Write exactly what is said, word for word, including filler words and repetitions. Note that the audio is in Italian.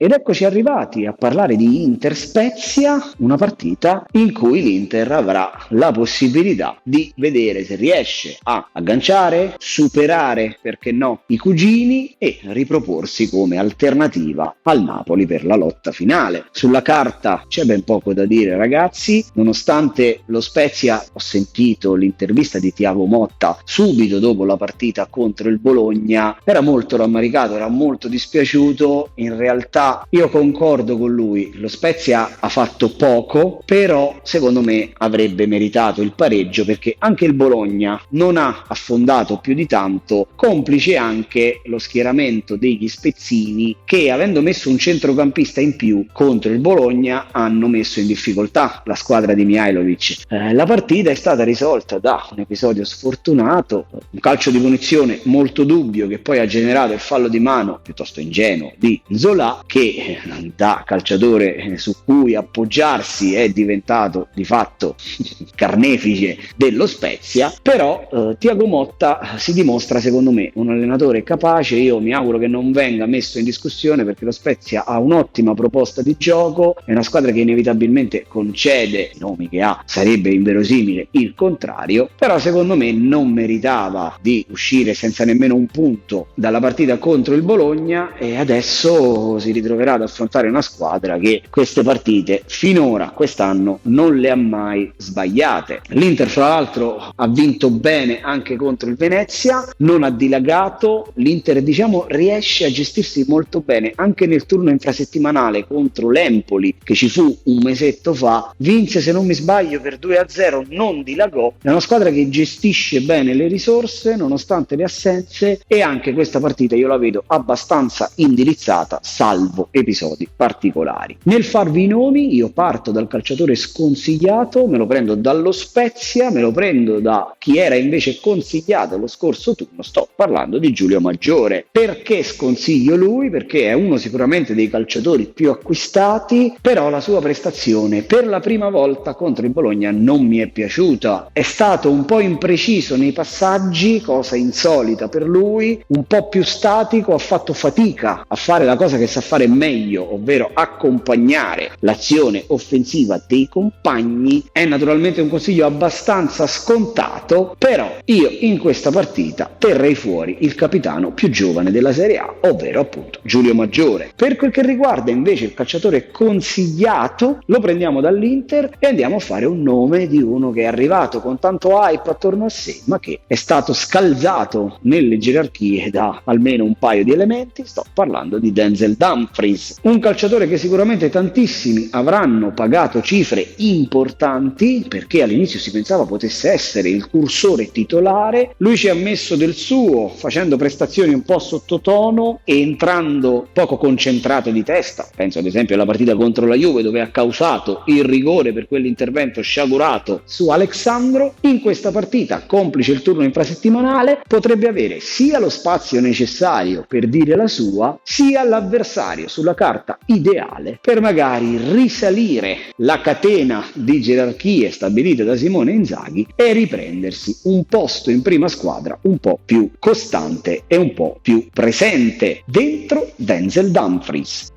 Ed eccoci arrivati a parlare di Inter-Spezia, una partita in cui l'Inter avrà la possibilità di vedere se riesce a agganciare, superare, perché no, i cugini e riproporsi come alternativa al Napoli per la lotta finale. Sulla carta c'è ben poco da dire, ragazzi, nonostante lo Spezia, ho sentito l'intervista di Thiago Motta subito dopo la partita contro il Bologna, era molto rammaricato, era molto dispiaciuto. In realtà io concordo con lui, lo Spezia ha fatto poco, però secondo me avrebbe meritato il pareggio, perché anche il Bologna non ha affondato più di tanto, complice anche lo schieramento degli spezzini che, avendo messo un centrocampista in più contro il Bologna, hanno messo in difficoltà la squadra di Mihajlovic. Eh, la partita è stata risolta da un episodio sfortunato, un calcio di punizione molto dubbio che poi ha generato il fallo di mano piuttosto ingenuo di Zola, che da calciatore su cui appoggiarsi è diventato di fatto carnefice dello Spezia. Però eh, Thiago Motta si dimostra secondo me un allenatore capace. Io mi auguro che non venga messo in discussione, perché lo Spezia ha un'ottima proposta di gioco, è una squadra che inevitabilmente concede i nomi che ha, sarebbe inverosimile il contrario, però secondo me non meritava di uscire senza nemmeno un punto dalla partita contro il Bologna, e adesso si ritroverà ad affrontare una squadra che queste partite finora quest'anno non le ha mai sbagliate. L'Inter fra l'altro ha vinto bene anche contro il Venezia, non ha dilagato, l'Inter diciamo riesce a gestirsi molto bene anche nel turno infrasettimanale contro l'Empoli che ci fu un mesetto fa, vinse se non mi sbaglio per due a zero, non dilagò. È una squadra che gestisce bene le risorse nonostante le assenze, e anche questa partita io la vedo abbastanza indirizzata, salvo episodi particolari. Nel farvi i nomi io parto dal calciatore sconsigliato, me lo prendo dallo Spezia, me lo prendo da chi era invece consigliato lo scorso turno, sto parlando di Giulio Maggiore. Perché sconsiglio lui? Perché è uno sicuramente dei calciatori più acquistati, però la sua prestazione per la prima volta contro il Bologna non mi è piaciuta, è stato un po' impreciso nei passaggi, cosa insolita per lui, un po' più statico, ha fatto fatica a fare la cosa che sa fare meglio, ovvero accompagnare l'azione offensiva dei compagni. È naturalmente un consiglio abbastanza scontato, però io in questa partita terrei fuori il capitano più giovane della Serie A, ovvero appunto Giulio Maggiore. Per quel che riguarda invece il calciatore consigliato, lo prendiamo dall'Inter e andiamo a fare un nome di uno che è arrivato con tanto hype attorno a sé, ma che è stato scalzato nelle gerarchie da almeno un paio di elementi. Sto parlando di Denzel Dumfries, un calciatore che sicuramente tantissimi avranno pagato cifre importanti, perché all'inizio si pensava potesse essere il cursore titolare. Lui ci ha messo del suo, facendo prestazioni un po' sottotono e entrando poco concentrato di testa. Penso ad esempio alla partita contro la Juve, dove ha causato il rigore per quell'intervento sciagurato su Alexandro. In questa partita, complice il turno infrasettimanale, potrebbe avere sia lo spazio necessario per dire la sua, sia l'avversario sulla carta ideale per magari risalire la catena di gerarchie stabilite da Simone Inzaghi e riprendersi un posto in prima squadra un po' più costante e un po' più presente. Dentro Denzel Dumfries,